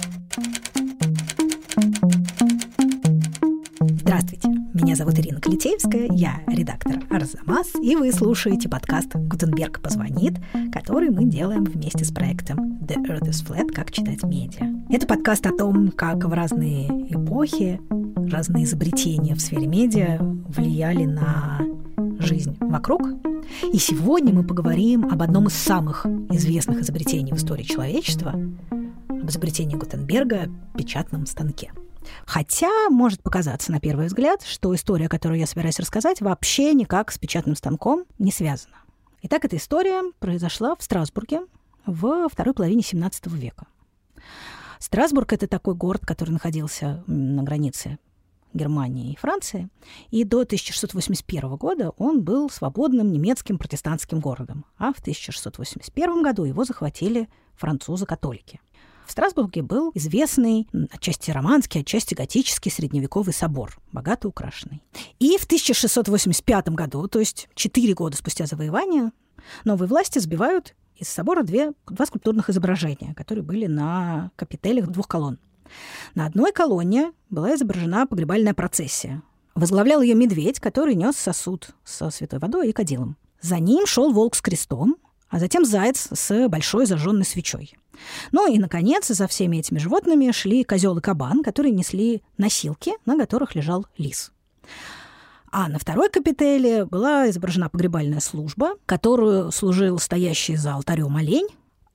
Здравствуйте, меня зовут Ирина Калитеевская, я редактор Арзамас, и вы слушаете подкаст «Гутенберг позвонит», который мы делаем вместе с проектом «The Earth is Flat. Как читать медиа». Это подкаст о том, как в разные эпохи разные изобретения в сфере медиа влияли на жизнь вокруг. И сегодня мы поговорим об одном из самых известных изобретений в истории человечества, об изобретении Гутенберга – печатном станке. Хотя может показаться на первый взгляд, что история, которую я собираюсь рассказать, вообще никак с печатным станком не связана. Итак, эта история произошла в Страсбурге во второй половине XVII века. Страсбург – это такой город, который находился на границе Германии и Франции, и до 1681 года он был свободным немецким протестантским городом, а в 1681 году его захватили французы-католики. В Страсбурге был известный, отчасти романский, отчасти готический средневековый собор, богато украшенный. И в 1685 году, то есть 4 года спустя завоевания, новые власти сбивают из собора два скульптурных изображения, которые были на капителях 2 колонн. На одной колонне была изображена погребальная процессия. Возглавлял ее медведь, который нес сосуд со святой водой и кадилом. За ним шел волк с крестом, а затем заяц с большой зажженной свечой. Ну и, наконец, за всеми этими животными шли козел и кабан, которые несли носилки, на которых лежал лис. А на второй капителе была изображена погребальная служба, которую служил стоящий за алтарем олень,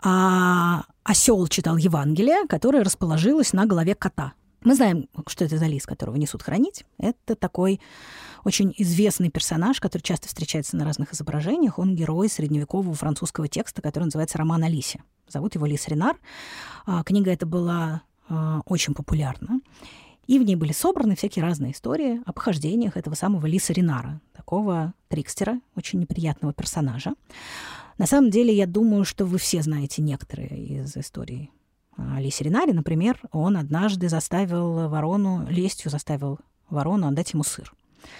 а осел читал Евангелие, которое расположилось на голове кота. Мы знаем, что это за лис, которого несут хранить. Это такой очень известный персонаж, который часто встречается на разных изображениях. Он герой средневекового французского текста, который называется «Роман о лисе». Зовут его Лис Ренар. Книга эта была очень популярна. И в ней были собраны всякие разные истории о похождениях этого самого Лиса Ренара, такого трикстера, очень неприятного персонажа. На самом деле, я думаю, что вы все знаете некоторые из историй о Лисе Ренаре. Например, он однажды лестью заставил ворону отдать ему сыр.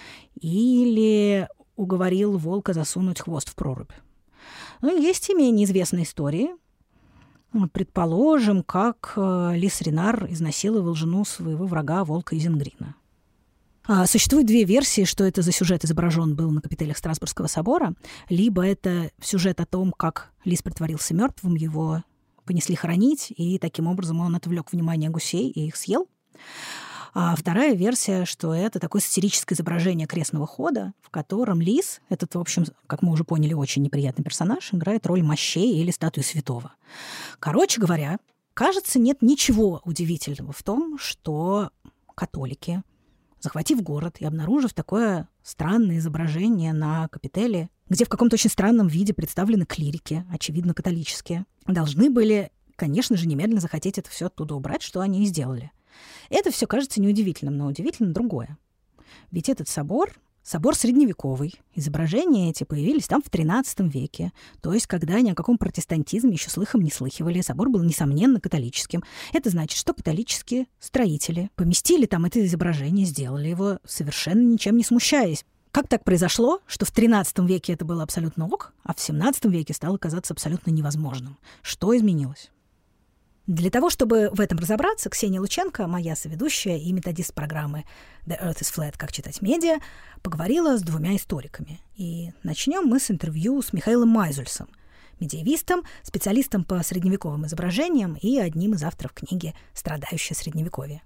Или уговорил волка засунуть хвост в прорубь. Ну, есть и менее известные истории. Предположим, как Лис Ренар изнасиловал жену своего врага, волка Изенгрина. Существует 2 версии, что это за сюжет изображен был на капителях Страсбургского собора. Либо это сюжет о том, как лис притворился мертвым, его понесли хоронить, и таким образом он отвлек внимание гусей и их съел. А вторая версия, что это такое сатирическое изображение крестного хода, в котором лис, этот, в общем, как мы уже поняли, очень неприятный персонаж, играет роль мощей или статуи святого. Короче говоря, кажется, нет ничего удивительного в том, что католики, захватив город и обнаружив такое странное изображение на капителе, где в каком-то очень странном виде представлены клирики, очевидно, католические, должны были, конечно же, немедленно захотеть это все оттуда убрать, что они и сделали. Это все кажется неудивительным, но удивительно другое. Ведь этот собор средневековый. Изображения эти появились там в XIII веке, то есть когда ни о каком протестантизме еще слыхом не слыхивали. Собор был, несомненно, католическим. Это значит, что католические строители поместили там это изображение, сделали его, совершенно ничем не смущаясь. Как так произошло, что в XIII веке это было абсолютно ок, а в XVII веке стало казаться абсолютно невозможным? Что изменилось? Для того, чтобы в этом разобраться, Ксения Лученко, моя соведущая и методист программы «The Earth is Flat. Как читать медиа», поговорила с 2 историками. И начнем мы с интервью с Михаилом Майзульсом, медиевистом, специалистом по средневековым изображениям и одним из авторов книги «Страдающее средневековье».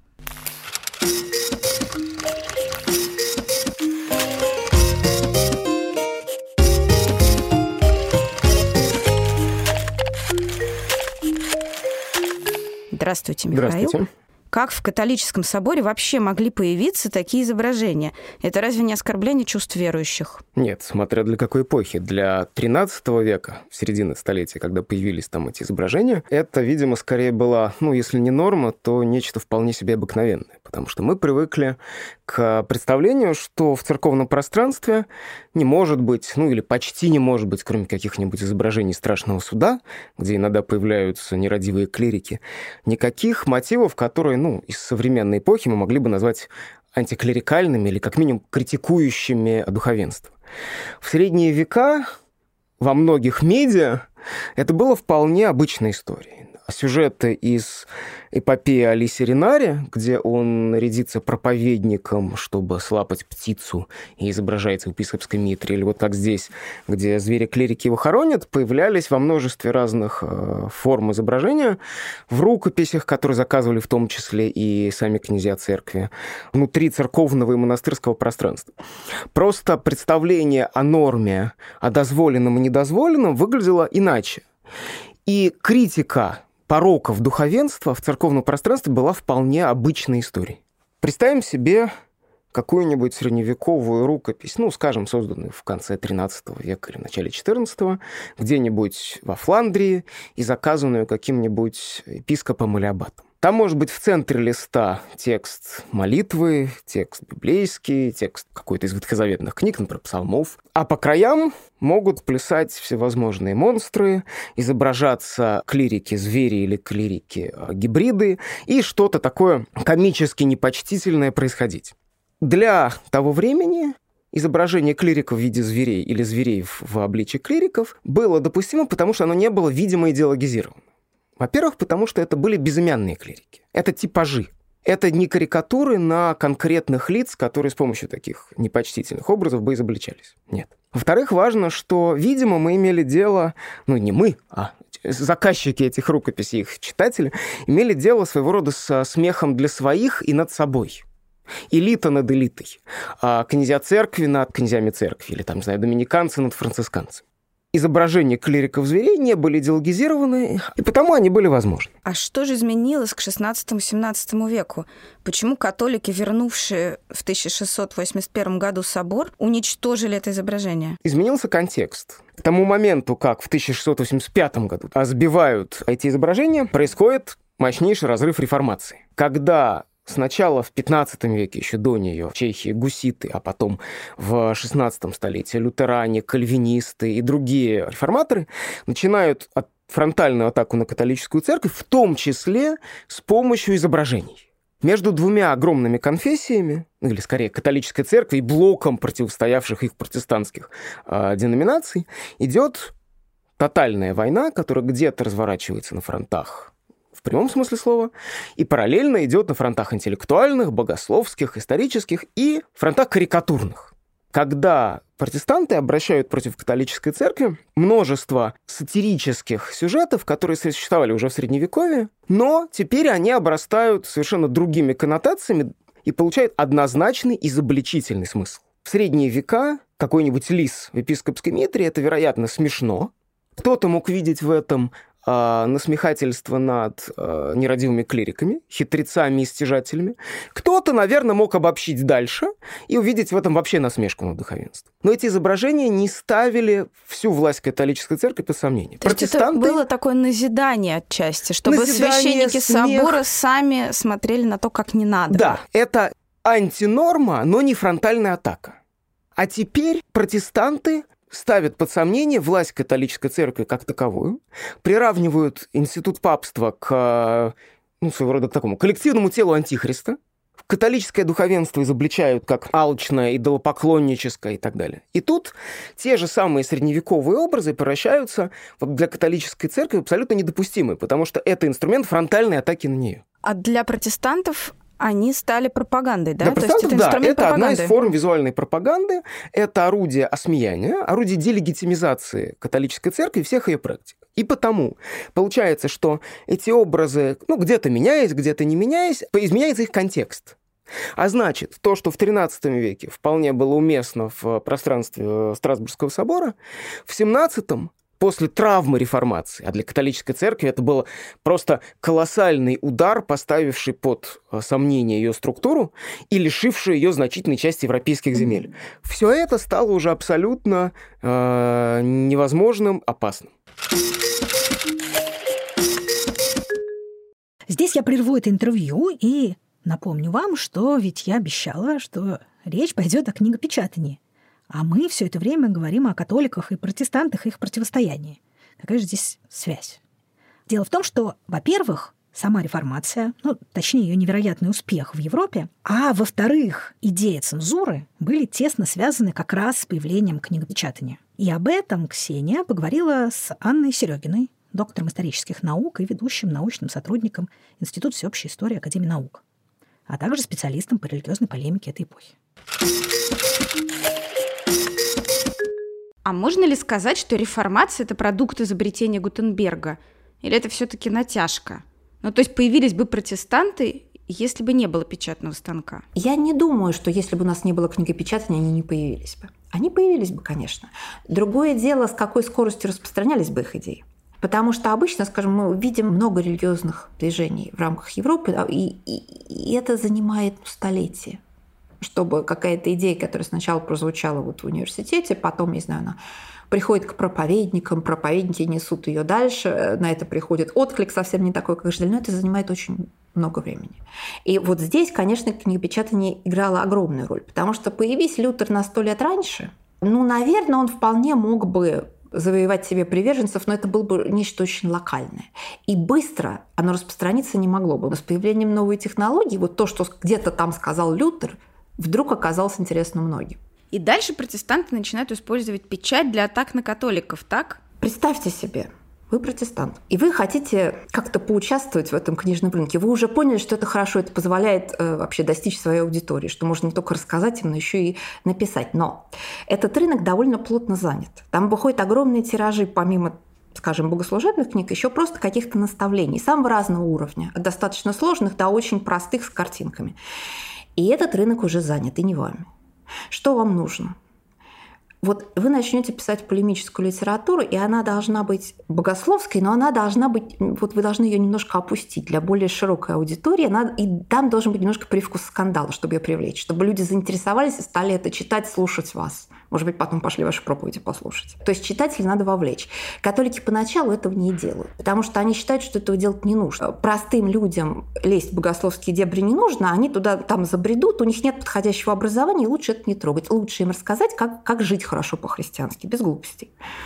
Здравствуйте, Михаил. Здравствуйте. Как в католическом соборе вообще могли появиться такие изображения? Это разве не оскорбление чувств верующих? Нет, смотря для какой эпохи. Для XIII века, середины столетия, когда появились там эти изображения, это, видимо, скорее была, если не норма, то нечто вполне себе обыкновенное. Потому что мы привыкли к представлению, что в церковном пространстве не может быть, или почти не может быть, кроме каких-нибудь изображений страшного суда, где иногда появляются нерадивые клирики, никаких мотивов, которые, из современной эпохи мы могли бы назвать антиклерикальными или как минимум критикующими духовенство. В средние века во многих медиа это было вполне обычной историей. сюжеты из эпопеи о лисе Ренаре, где он нарядится проповедником, чтобы слапать птицу, и изображается в епископской митре, или вот как здесь, где звери-клирики его хоронят, появлялись во множестве разных форм изображения в рукописях, которые заказывали в том числе и сами князья церкви, внутри церковного и монастырского пространства. Просто представление о норме, о дозволенном и недозволенном выглядело иначе. И критика пороков духовенства в церковном пространстве была вполне обычной историей. Представим себе какую-нибудь средневековую рукопись, скажем, созданную в конце XIII века или начале XIV, где-нибудь во Фландрии и заказанную каким-нибудь епископом или аббатом. Там может быть в центре листа текст молитвы, текст библейский, текст какой-то из ветхозаветных книг, например, псалмов. А по краям могут плясать всевозможные монстры, изображаться клирики-звери или клирики-гибриды, и что-то такое комически непочтительное происходить. Для того времени изображение клириков в виде зверей или зверей в обличии клириков было допустимо, потому что оно не было видимо идеологизировано. Во-первых, потому что это были безымянные клирики. Это типажи. Это не карикатуры на конкретных лиц, которые с помощью таких непочтительных образов бы изобличались. Нет. Во-вторых, важно, что, видимо, мы имели дело, не мы, а заказчики этих рукописей, их читатели, имели дело своего рода со смехом для своих и над собой. Элита над элитой. А князья церкви над князьями церкви. Или, доминиканцы над францисканцами. Изображения клириков-зверей не были идеологизированы, и потому они были возможны. А что же изменилось к XVI-XVII веку? Почему католики, вернувшие в 1681 году собор, уничтожили это изображение? Изменился контекст. К тому моменту, как в 1685 году сбивают эти изображения, происходит мощнейший разрыв реформации. Когда сначала в XV веке, еще до нее, в Чехии гуситы, а потом в XVI столетии лютеране, кальвинисты и другие реформаторы начинают фронтальную атаку на католическую церковь, в том числе с помощью изображений. Между двумя огромными конфессиями, или скорее католической церковью и блоком противостоявших их протестантских деноминаций, идет тотальная война, которая где-то разворачивается на фронтах в прямом смысле слова, и параллельно идет на фронтах интеллектуальных, богословских, исторических и фронтах карикатурных. Когда протестанты обращают против католической церкви множество сатирических сюжетов, которые существовали уже в Средневековье, но теперь они обрастают совершенно другими коннотациями и получают однозначный изобличительный смысл. В средние века какой-нибудь лис в епископской митре — это, вероятно, смешно. Кто-то мог видеть в этом насмехательство над нерадивыми клириками, хитрецами и стяжателями. Кто-то, наверное, мог обобщить дальше и увидеть в этом вообще насмешку над духовенством. Но эти изображения не ставили всю власть католической церкви под сомнение. То есть это было такое назидание отчасти, чтобы священники собора сами смотрели на то, как не надо. Да, это антинорма, но не фронтальная атака. А теперь протестанты ставят под сомнение власть католической церкви как таковую, приравнивают институт папства к, своего рода к такому коллективному телу антихриста, католическое духовенство изобличают как алчное, идолопоклонническое и так далее. И тут те же самые средневековые образы превращаются для католической церкви абсолютно недопустимые, потому что это инструмент фронтальной атаки на нее. А для протестантов они стали пропагандой, да? Для протестантов, да, это одна из форм визуальной пропаганды, это орудие осмеяния, орудие делегитимизации католической церкви и всех ее практик. И потому получается, что эти образы, где-то меняясь, где-то не меняясь, изменяется их контекст. А значит, то, что в XIII веке вполне было уместно в пространстве Страсбургского собора, в XVII после травмы реформации, а для католической церкви это был просто колоссальный удар, поставивший под сомнение ее структуру и лишивший ее значительной части европейских земель. Все это стало уже абсолютно невозможным, опасным. Здесь я прерву это интервью и напомню вам, что ведь я обещала, что речь пойдет о книгопечатании. А мы все это время говорим о католиках и протестантах и их противостоянии. Какая же здесь связь? Дело в том, что, во-первых, сама реформация, точнее, ее невероятный успех в Европе, а во-вторых, идеи цензуры были тесно связаны как раз с появлением книгопечатания. И об этом Ксения поговорила с Анной Серегиной, доктором исторических наук и ведущим научным сотрудником Института всеобщей истории Академии наук, а также специалистом по религиозной полемике этой эпохи. А можно ли сказать, что реформация – это продукт изобретения Гутенберга? Или это все-таки натяжка? Ну, то есть появились бы протестанты, если бы не было печатного станка? Я не думаю, что если бы у нас не было книгопечатания, они не появились бы. Они появились бы, конечно. Другое дело, с какой скоростью распространялись бы их идеи. Потому что обычно, скажем, мы видим много религиозных движений в рамках Европы, и это занимает столетия. Чтобы какая-то идея, которая сначала прозвучала вот в университете, потом, не знаю, она приходит к проповедникам, проповедники несут ее дальше, на это приходит отклик совсем не такой, как ждали, но это занимает очень много времени. И вот здесь, конечно, книгопечатание играло огромную роль, потому что появись Лютер на 100 лет раньше, ну, наверное, он вполне мог бы завоевать себе приверженцев, но это было бы нечто очень локальное. И быстро оно распространиться не могло бы. Но с появлением новой технологии, вот то, что где-то там сказал Лютер, вдруг оказалось интересно многим. И дальше протестанты начинают использовать печать для атак на католиков, так? Представьте себе, вы протестант, и вы хотите как-то поучаствовать в этом книжном рынке. Вы уже поняли, что это хорошо, это позволяет вообще достичь своей аудитории, что можно не только рассказать им, но еще и написать. Но этот рынок довольно плотно занят. Там выходят огромные тиражи, помимо, скажем, богослужебных книг, еще просто каких-то наставлений самого разного уровня, от достаточно сложных до очень простых с картинками. И этот рынок уже занят, и не вами. Что вам нужно? Вот вы начнете писать полемическую литературу, и она должна быть богословской, но она должна быть, вот вы должны ее немножко опустить для более широкой аудитории, и там должен быть немножко привкус скандала, чтобы ее привлечь, чтобы люди заинтересовались и стали это читать, слушать вас. Может быть, потом пошли ваши проповеди послушать. То есть читателей надо вовлечь. Католики поначалу этого не делают, потому что они считают, что этого делать не нужно. Простым людям лезть в богословские дебри не нужно, они туда там забредут, у них нет подходящего образования, и лучше это не трогать. Лучше им рассказать, как жить хорошо по-христиански, без глупостей.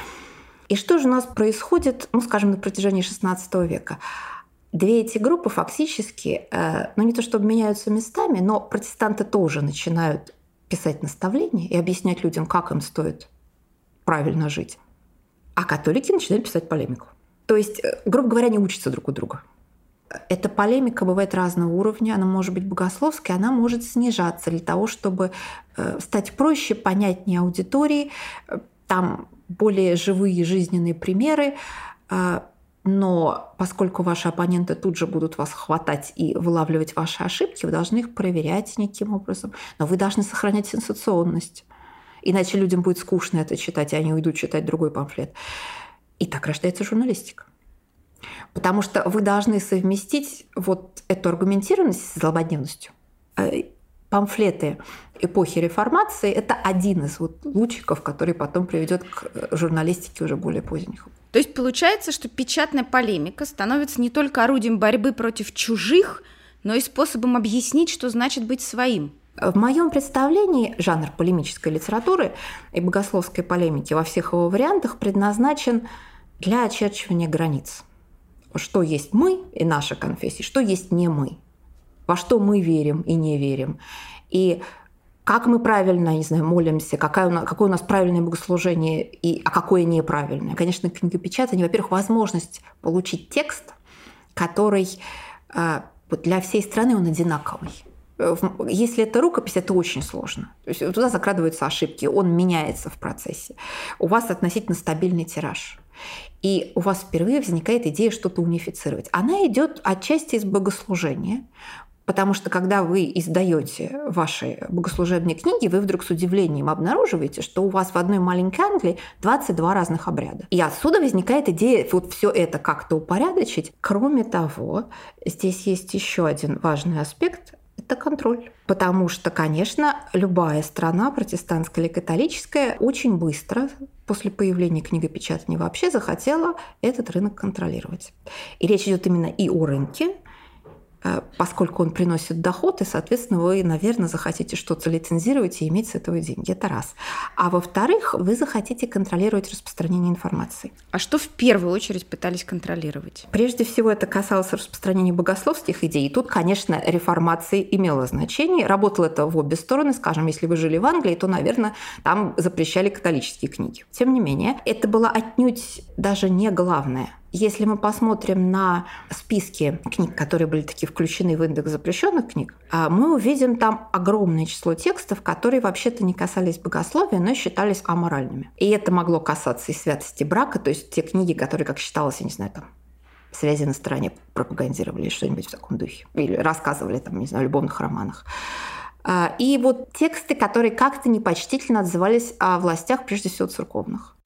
И что же у нас происходит, ну, скажем, на протяжении XVI века? Две эти группы фактически, ну, не то чтобы меняются местами, но протестанты тоже начинают писать наставления и объяснять людям, как им стоит правильно жить. А католики начинают писать полемику. То есть, грубо говоря, они учатся друг у друга. Эта полемика бывает разного уровня. Она может быть богословской, она может снижаться для того, чтобы стать проще, понятнее аудитории. Там более живые жизненные примеры. Но поскольку ваши оппоненты тут же будут вас хватать и вылавливать ваши ошибки, вы должны их проверять неким образом. Но вы должны сохранять сенсационность. Иначе людям будет скучно это читать, и они уйдут читать другой памфлет. И так рождается журналистика. Потому что вы должны совместить вот эту аргументированность с злободневностью. Памфлеты эпохи реформации – это один из вот лучиков, который потом приведет к журналистике уже более поздних. То есть получается, что печатная полемика становится не только орудием борьбы против чужих, но и способом объяснить, что значит быть своим. В моем представлении жанр полемической литературы и богословской полемики во всех его вариантах предназначен для очерчивания границ. Что есть мы и наша конфессия, что есть не мы, во что мы верим и не верим, и как мы правильно, не знаю, молимся, какое у нас правильное богослужение, а какое неправильное. Конечно, книгопечатание, во-первых, возможность получить текст, который для всей страны он одинаковый. Если это рукопись, это очень сложно. То есть туда закрадываются ошибки, он меняется в процессе. У вас относительно стабильный тираж. И у вас впервые возникает идея что-то унифицировать. Она идет отчасти из богослужения, потому что когда вы издаете ваши богослужебные книги, вы вдруг с удивлением обнаруживаете, что у вас в одной маленькой Англии 22 разных обряда. И отсюда возникает идея вот все это как-то упорядочить. Кроме того, здесь есть еще один важный аспект – это контроль. Потому что, конечно, любая страна, протестантская или католическая, очень быстро после появления книгопечатания вообще захотела этот рынок контролировать. И речь идет именно и о рынке, поскольку он приносит доход, и, соответственно, вы, наверное, захотите что-то лицензировать и иметь с этого деньги. Это раз. А во-вторых, вы захотите контролировать распространение информации. А что в первую очередь пытались контролировать? Прежде всего, это касалось распространения богословских идей. И тут, конечно, реформация имела значение. Работало это в обе стороны. Скажем, если вы жили в Англии, то, наверное, там запрещали католические книги. Тем не менее, это было отнюдь даже не главное. Если мы посмотрим на списки книг, которые были такие включены в индекс запрещенных книг, мы увидим там огромное число текстов, которые вообще-то не касались богословия, но считались аморальными. И это могло касаться и святости брака, то есть те книги, которые, как считалось, я не знаю, там, связи на стороне пропагандировали, что-нибудь в таком духе. Или рассказывали, там, не знаю, о любовных романах. И вот тексты, которые как-то непочтительно отзывались о властях, прежде всего церковных.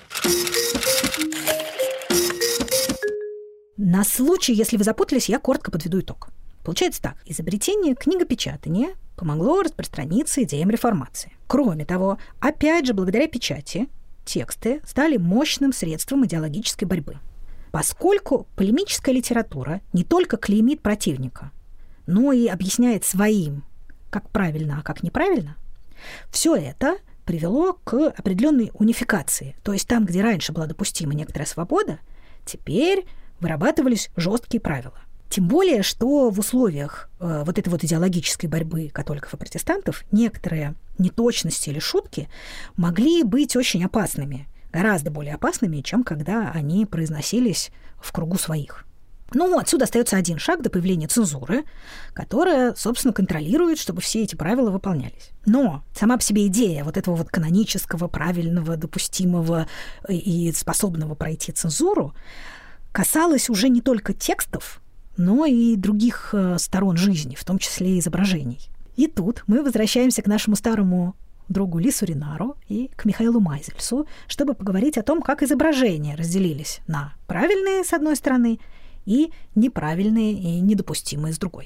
На случай, если вы запутались, я коротко подведу итог. Получается так. Изобретение книгопечатания помогло распространиться идеям реформации. Кроме того, опять же, благодаря печати, тексты стали мощным средством идеологической борьбы. Поскольку полемическая литература не только клеймит противника, но и объясняет своим, как правильно, а как неправильно, все это привело к определенной унификации. То есть там, где раньше была допустима некоторая свобода, теперь вырабатывались жесткие правила. Тем более, что в условиях вот этой вот идеологической борьбы католиков и протестантов некоторые неточности или шутки могли быть очень опасными, гораздо более опасными, чем когда они произносились в кругу своих. Ну, отсюда остается один шаг до появления цензуры, которая, собственно, контролирует, чтобы все эти правила выполнялись. Но сама по себе идея вот этого вот канонического, правильного, допустимого и способного пройти цензуру касалась уже не только текстов, но и других сторон жизни, в том числе и изображений. И тут мы возвращаемся к нашему старому другу Лису Ринару и к Михаилу Майзельсу, чтобы поговорить о том, как изображения разделились на правильные, с одной стороны, и неправильные и недопустимые, с другой.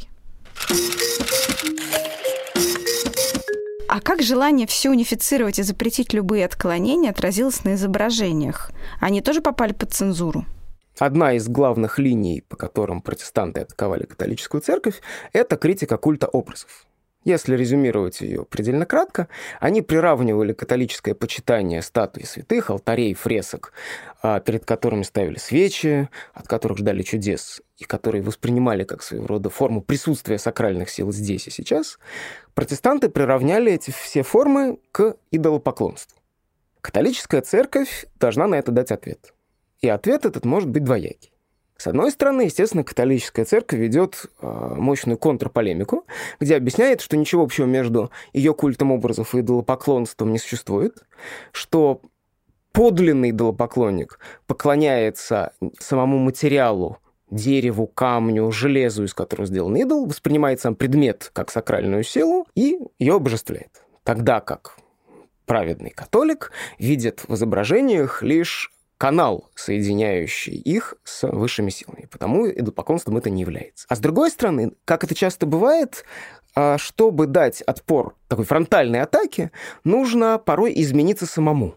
А как желание все унифицировать и запретить любые отклонения отразилось на изображениях? Они тоже попали под цензуру? Одна из главных линий, по которым протестанты атаковали католическую церковь, это критика культа образов. Если резюмировать ее предельно кратко, они приравнивали католическое почитание статуй святых, алтарей, фресок, перед которыми ставили свечи, от которых ждали чудес, и которые воспринимали как своего рода форму присутствия сакральных сил здесь и сейчас, протестанты приравняли эти все формы к идолопоклонству. Католическая церковь должна на это дать ответ. И ответ этот может быть двоякий. С одной стороны, естественно, католическая церковь ведет мощную контрполемику, где объясняет, что ничего общего между ее культом образов и идолопоклонством не существует, что подлинный идолопоклонник поклоняется самому материалу, дереву, камню, железу, из которого сделан идол, воспринимает сам предмет как сакральную силу и ее обожествляет. Тогда как праведный католик видит в изображениях лишь канал, соединяющий их с высшими силами. Потому идолопоклонством это не является. А с другой стороны, как это часто бывает, чтобы дать отпор такой фронтальной атаке, нужно порой измениться самому.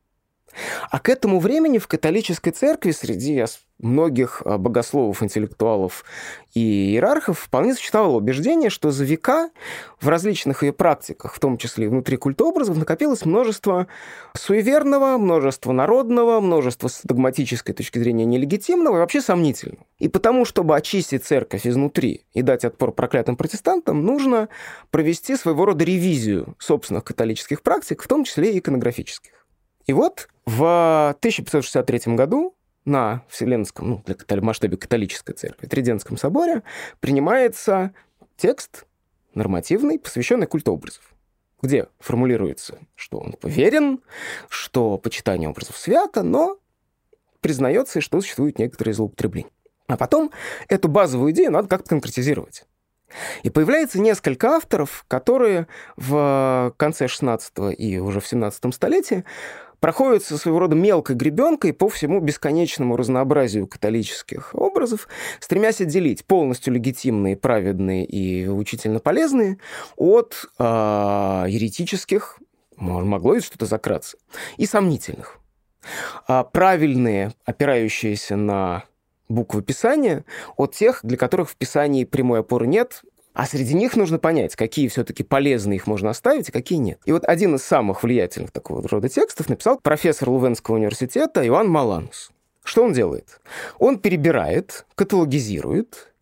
А к этому времени в католической церкви среди многих богословов, интеллектуалов и иерархов вполне существовало убеждение, что за века в различных ее практиках, в том числе и внутри культа образов, накопилось множество суеверного, множество народного, множество с догматической точки зрения нелегитимного и вообще сомнительного. И потому, чтобы очистить церковь изнутри и дать отпор проклятым протестантам, нужно провести своего рода ревизию собственных католических практик, в том числе и иконографических. И вот в 1563 году на Вселенском, в масштабе католической церкви, Тридентском соборе принимается текст нормативный, посвященный культу образов, где формулируется, что он поверен, что почитание образов свято, но признается, что существуют некоторые злоупотребления. А потом эту базовую идею надо как-то конкретизировать. И появляется несколько авторов, которые в конце XVI и уже в XVII столетии проходятся своего рода мелкой гребенкой по всему бесконечному разнообразию католических образов, стремясь отделить полностью легитимные, праведные и учительно полезные от еретических, могло и что-то закраться, и сомнительных. Правильные, опирающиеся на буквы Писания, от тех, для которых в Писании прямой опоры нет, а среди них нужно понять, какие все-таки полезные их можно оставить, а какие нет. И вот один из самых влиятельных такого рода текстов написал профессор Лувенского университета Иоанн Маланус. Что он делает? Он перебирает, каталогизирует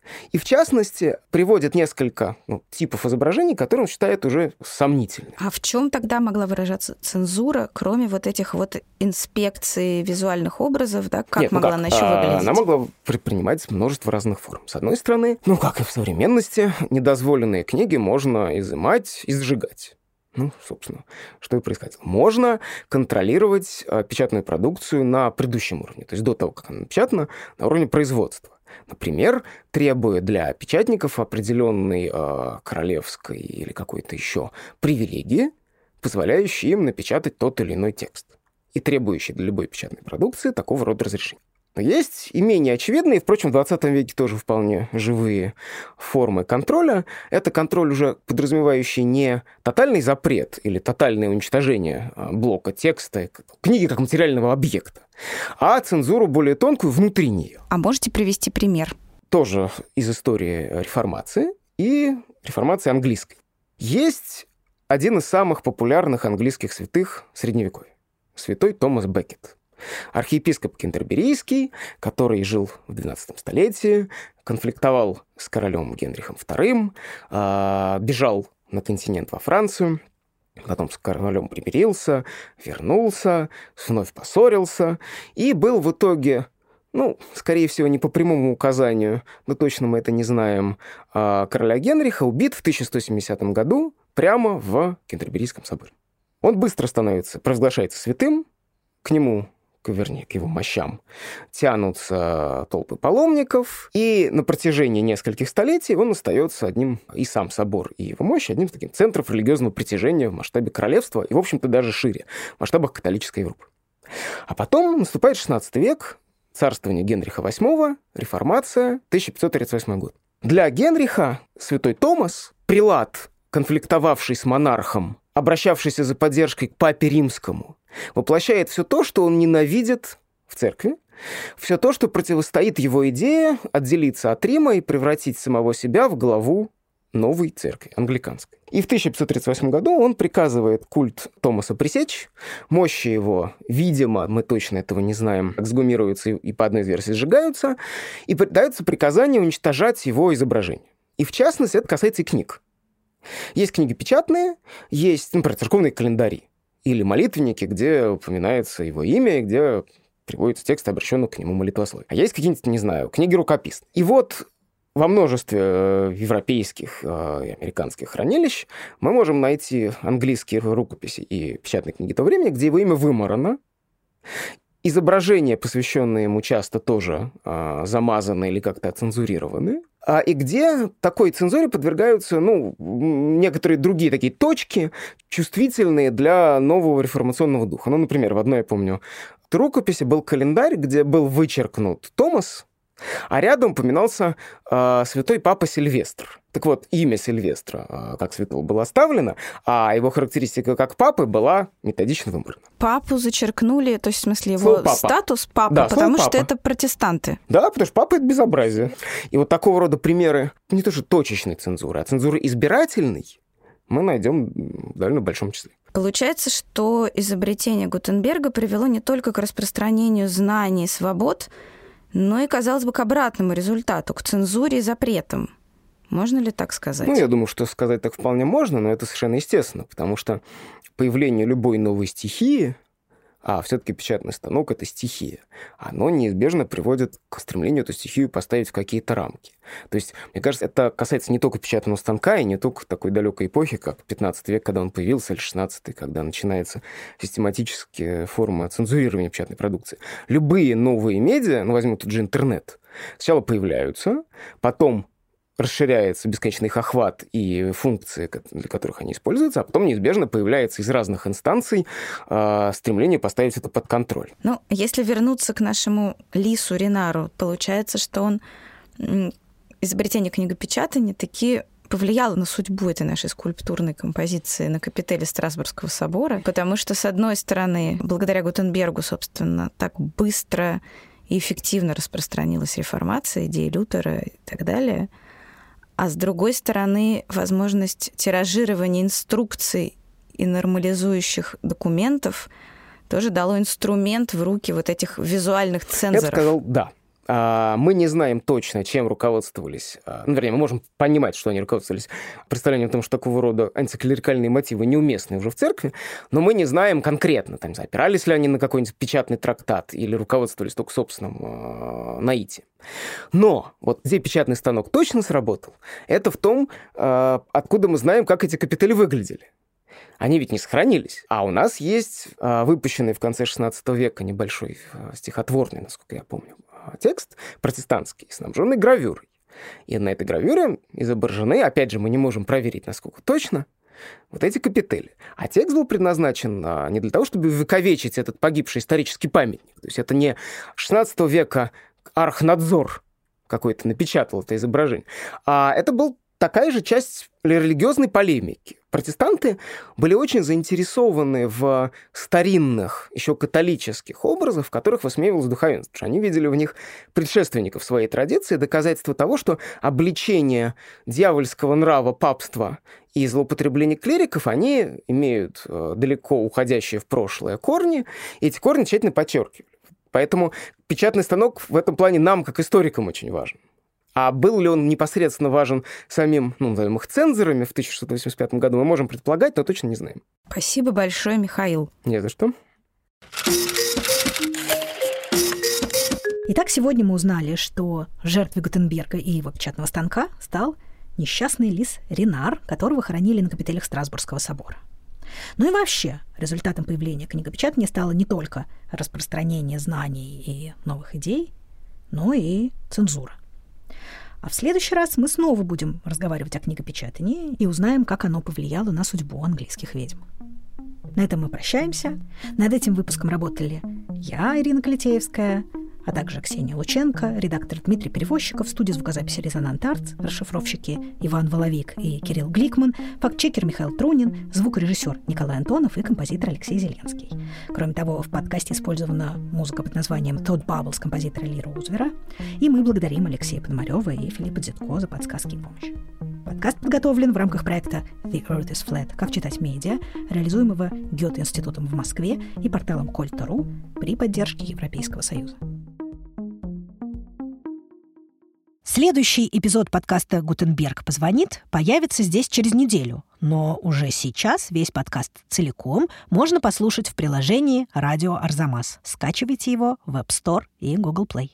И, в частности, приводит несколько типов изображений, которые он считает уже сомнительными. А в чем тогда могла выражаться цензура, кроме вот этих вот инспекций визуальных образов, да? Как могла она еще выглядеть? Она могла предпринимать множество разных форм. С одной стороны, как и в современности, недозволенные книги можно изымать и сжигать. Собственно, что и происходило. Можно контролировать печатную продукцию на предыдущем уровне, то есть до того, как она напечатана, на уровне производства. Например, требуя для печатников определенной королевской или какой-то еще привилегии, позволяющей им напечатать тот или иной текст, и требующей для любой печатной продукции такого рода разрешения. Но есть и менее очевидные, впрочем, в 20 веке тоже вполне живые формы контроля. Это контроль, уже подразумевающий не тотальный запрет или тотальное уничтожение блока текста, книги как материального объекта, а цензуру более тонкую внутри нее. А можете привести пример? Тоже из истории реформации и реформации английской. Есть один из самых популярных английских святых Средневековья. Святой Томас Беккет. Архиепископ Кентерберийский, который жил в XII столетии, конфликтовал с королем Генрихом II, бежал на континент во Францию, потом с королем примирился, вернулся, вновь поссорился и был в итоге, скорее всего, не по прямому указанию, но точно мы это не знаем, короля Генриха убит в 1170 году прямо в Кентерберийском соборе. Он быстро провозглашается святым, к нему, к его мощам, тянутся толпы паломников, и на протяжении нескольких столетий он остается одним, и сам собор, и его мощь, одним из таких центров религиозного притяжения в масштабе королевства, и, в общем-то, даже шире, в масштабах католической Европы. А потом наступает XVI век, царствование Генриха VIII, реформация, 1538 год. Для Генриха святой Томас, прилат, конфликтовавший с монархом, обращавшийся за поддержкой к папе римскому, воплощает все то, что он ненавидит в церкви, все то, что противостоит его идее отделиться от Рима и превратить самого себя в главу новой церкви, англиканской. И в 1538 году он приказывает культ Томаса пресечь, мощи его, видимо, мы точно этого не знаем, эксгумируются и по одной из версий сжигаются, и дается приказание уничтожать его изображение. И в частности, это касается и книг. Есть книги печатные, есть, например, церковные календари или молитвенники, где упоминается его имя, и где приводится текст, обращенный к нему молитвословие. А есть какие-нибудь, не знаю, книги рукописные. И вот во множестве европейских и американских хранилищ мы можем найти английские рукописи и печатные книги того времени, где его имя вымарано. Изображения, посвященные ему, часто тоже замазаны или как-то оцензурированы. И где такой цензуре подвергаются, некоторые другие такие точки, чувствительные для нового реформационного духа. Например, в одной, я помню, рукописи был календарь, где был вычеркнут Томас, а рядом упоминался святой папа Сильвестр. Так вот, имя Сильвестра как святого было оставлено, а его характеристика как папы была методично выбрана. Папу зачеркнули, то есть, в смысле, его статус папа, да, потому что это протестанты. Да, потому что папа — это безобразие. И вот такого рода примеры не то что точечной цензуры, а цензуры избирательной мы найдем в довольно большом числе. Получается, что изобретение Гутенберга привело не только к распространению знаний и свобод, но и, казалось бы, к обратному результату, к цензуре и запретам. Можно ли так сказать? Я думаю, что сказать так вполне можно, но это совершенно естественно, потому что появление любой новой стихии, а все-таки печатный станок — это стихия, оно неизбежно приводит к стремлению эту стихию поставить в какие-то рамки. То есть, мне кажется, это касается не только печатного станка и не только такой далекой эпохи, как 15 век, когда он появился, или 16-й, когда начинается систематические формы цензурирования печатной продукции. Любые новые медиа, возьмем тут же интернет, сначала появляются, потом расширяется бесконечный их охват и функции, для которых они используются, а потом неизбежно появляется из разных инстанций стремление поставить это под контроль. Если вернуться к нашему Лису Ренару, получается, что он изобретение книгопечатания таки повлияло на судьбу этой нашей скульптурной композиции на капителе Страсбургского собора, потому что, с одной стороны, благодаря Гутенбергу, собственно, так быстро и эффективно распространилась реформация, идеи Лютера и так далее, а с другой стороны, возможность тиражирования инструкций и нормализующих документов тоже дало инструмент в руки вот этих визуальных цензоров. Я бы сказал, да. Мы не знаем точно, чем руководствовались. Вернее, мы можем понимать, что они руководствовались представлением о том, что такого рода антиклерикальные мотивы неуместны уже в церкви, но мы не знаем конкретно, опирались ли они на какой-нибудь печатный трактат или руководствовались только собственным наитием. Но вот где печатный станок точно сработал, это в том, откуда мы знаем, как эти капители выглядели. Они ведь не сохранились. А у нас есть выпущенный в конце XVI века небольшой стихотворный, насколько я помню, текст протестантский, снабженный гравюрой. И на этой гравюре изображены, опять же, мы не можем проверить, насколько точно, вот эти капители. А текст был предназначен не для того, чтобы увековечить этот погибший исторический памятник. То есть это не XVI века архнадзор какой-то напечатал это изображение, а это был такая же часть религиозной полемики. Протестанты были очень заинтересованы в старинных, еще католических образах, в которых высмеивалось духовенство, потому что они видели в них предшественников своей традиции, доказательство того, что обличение дьявольского нрава папства и злоупотребление клириков, они имеют далеко уходящие в прошлое корни, и эти корни тщательно подчеркивали. Поэтому печатный станок в этом плане нам, как историкам, очень важен. А был ли он непосредственно важен самим, назовем их, цензорами в 1685 году, мы можем предполагать, но точно не знаем. Спасибо большое, Михаил. Не за что. Итак, сегодня мы узнали, что жертвой Гутенберга и его печатного станка стал несчастный лис Ренар, которого хоронили на капителях Страсбургского собора. Ну и вообще, результатом появления книгопечатания стало не только распространение знаний и новых идей, но и цензура. А в следующий раз мы снова будем разговаривать о книгопечатании и узнаем, как оно повлияло на судьбу английских ведьм. На этом мы прощаемся. Над этим выпуском работали я, Ирина Калитеевская, а также Ксения Лученко, редактор Дмитрий Перевозчиков, студия звукозаписи «Резонант Артс», расшифровщики Иван Воловик и Кирилл Гликман, фактчекер Михаил Трунин, звукорежиссер Николай Антонов и композитор Алексей Зеленский. Кроме того, в подкасте использована музыка под названием «Thought Bubbles» композитора Ли Роузвера, и мы благодарим Алексея Пономарёва и Филиппа Дзитко за подсказки и помощь. Подкаст подготовлен в рамках проекта «The Earth is Flat. Как читать медиа», реализуемого Гёте-институтом в Москве и порталом Кольта.ру при поддержке Европейского Союза. Следующий эпизод подкаста «Гутенберг позвонит» появится здесь через неделю, но уже сейчас весь подкаст целиком можно послушать в приложении «Радио Арзамас». Скачивайте его в App Store и Google Play.